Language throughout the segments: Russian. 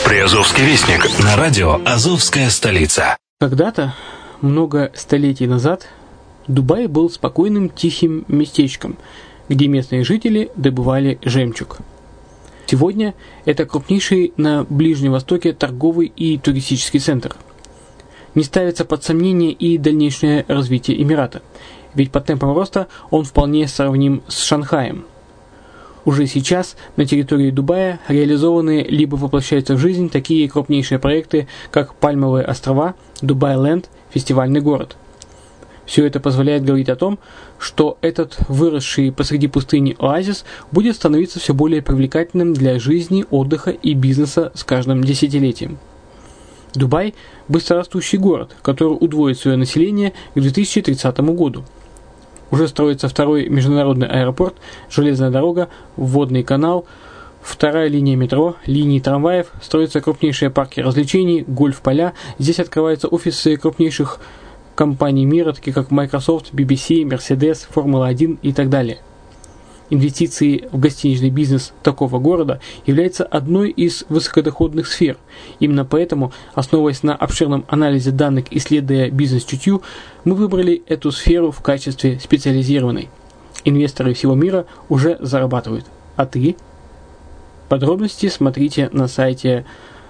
Приазовский вестник на радио «Азовская столица». Когда-то, много столетий назад, Дубай был спокойным тихим местечком, где местные жители добывали жемчуг. Сегодня это крупнейший на Ближнем Востоке торговый и туристический центр. Не ставится под сомнение и дальнейшее развитие Эмирата, ведь по темпам роста он вполне сравним с Шанхаем. Уже сейчас на территории Дубая реализованы либо воплощаются в жизнь такие крупнейшие проекты, как Пальмовые острова, Дубай-Ленд, фестивальный город. Все это позволяет говорить о том, что этот выросший посреди пустыни оазис будет становиться все более привлекательным для жизни, отдыха и бизнеса с каждым десятилетием. Дубай – быстрорастущий город, который удвоит свое население к 2030 году. Уже строится второй международный аэропорт, железная дорога, водный канал, вторая линия метро, линии трамваев, строятся крупнейшие парки развлечений, гольф-поля. Здесь открываются офисы крупнейших компаний мира, таких как Microsoft, BBC, Mercedes, Формула-1 и так далее. Инвестиции в гостиничный бизнес такого города являются одной из высокодоходных сфер. Именно поэтому, основываясь на обширном анализе данных, исследуя бизнес-чутью, мы выбрали эту сферу в качестве специализированной. Инвесторы всего мира уже зарабатывают. А ты? Подробности смотрите на сайте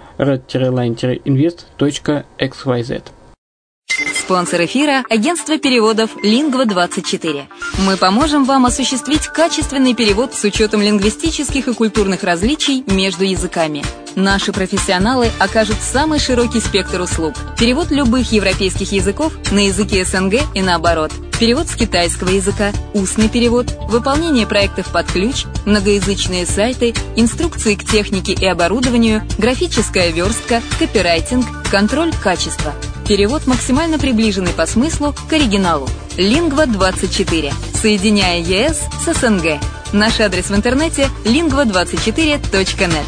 red-line-invest.xyz. Спонсор эфира – агентство переводов Lingva24. Мы поможем вам осуществить качественный перевод с учетом лингвистических и культурных различий между языками. Наши профессионалы окажут самый широкий спектр услуг. Перевод любых европейских языков на языки СНГ и наоборот. Перевод с китайского языка, устный перевод, выполнение проектов под ключ, многоязычные сайты, инструкции к технике и оборудованию, графическая верстка, копирайтинг, контроль качества. Перевод максимально приближенный по смыслу к оригиналу. Lingva24. Соединяя ЕС с СНГ. Наш адрес в интернете lingva24.net.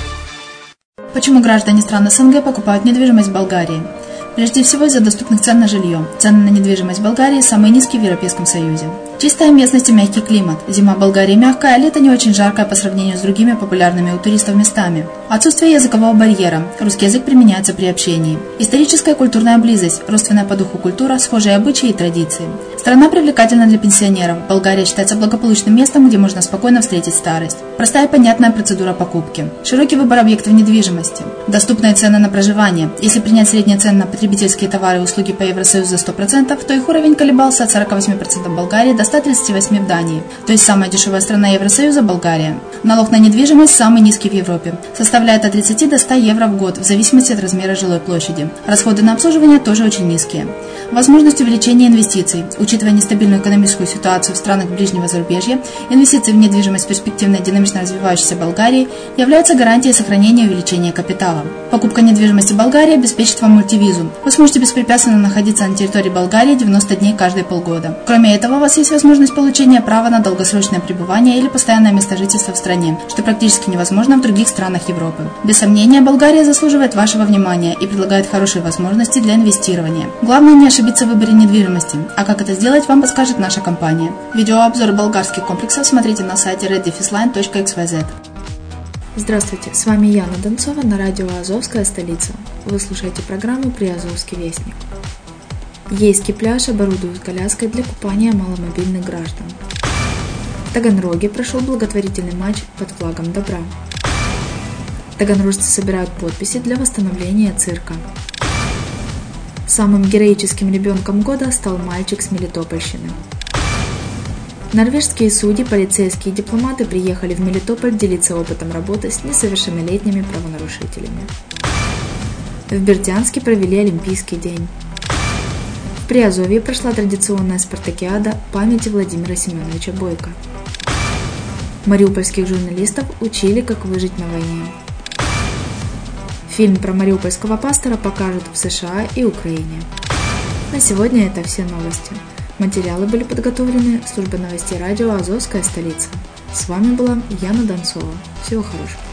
Почему граждане стран СНГ покупают недвижимость в Болгарии? Прежде всего из-за доступных цен на жилье. Цены на недвижимость в Болгарии самые низкие в Европейском Союзе. Чистая местность и мягкий климат. Зима в Болгарии мягкая, а лето не очень жаркое по сравнению с другими популярными у туристов местами. Отсутствие языкового барьера. Русский язык применяется при общении. Историческая и культурная близость. Родственная по духу культура, схожие обычаи и традиции. Страна привлекательна для пенсионеров. Болгария считается благополучным местом, где можно спокойно встретить старость. Простая и понятная процедура покупки. Широкий выбор объектов недвижимости. Доступные цены на проживание. Если принять средние цены на потребительские товары и услуги по Евросоюзу за 100%, то их уровень колебался от 48% в Болгарии до 138% в Дании. То есть самая дешевая страна Евросоюза – Болгария. Налог на недвижимость самый низкий в Европе. Составляет от 30 до 100 евро в год, в зависимости от размера жилой площади. Расходы на обслуживание тоже очень низкие. Возможность увеличения инвестиций. Учитывая нестабильную экономическую ситуацию в странах ближнего зарубежья, инвестиции в недвижимость в перспективной динамично развивающейся Болгарии являются гарантией сохранения и увеличения капитала. Покупка недвижимости в Болгарии обеспечит вам мультивизу. Вы сможете беспрепятственно находиться на территории Болгарии 90 дней каждые полгода. Кроме этого, у вас есть возможность получения права на долгосрочное пребывание или постоянное место жительства в стране, что практически невозможно в других странах Европы. Без сомнения, Болгария заслуживает вашего внимания и предлагает хорошие возможности для инвестирования. Главное не ошибиться в выборе недвижимости, а как это сделать, вам подскажет наша компания. Видеообзор болгарских комплексов смотрите на сайте red-line.xyz. Здравствуйте, с вами Яна Донцова на радио «Азовская столица». Вы слушаете программу «Приазовский вестник». Ейский пляж оборудуют коляской для купания маломобильных граждан. В Таганроге прошел благотворительный матч под флагом добра. Таганрожцы собирают подписи для восстановления цирка. Самым героическим ребенком года стал мальчик с Мелитопольщины. Норвежские судьи, полицейские и дипломаты приехали в Мелитополь делиться опытом работы с несовершеннолетними правонарушителями. В Бердянске провели Олимпийский день. В Приазовье прошла традиционная спартакиада памяти Владимира Семеновича Бойко. Мариупольских журналистов учили, как выжить на войне. Фильм про мариупольского пастора покажут в США и Украине. На сегодня это все новости. Материалы были подготовлены службой новостей радио «Азовская столица». С вами была Яна Донцова. Всего хорошего.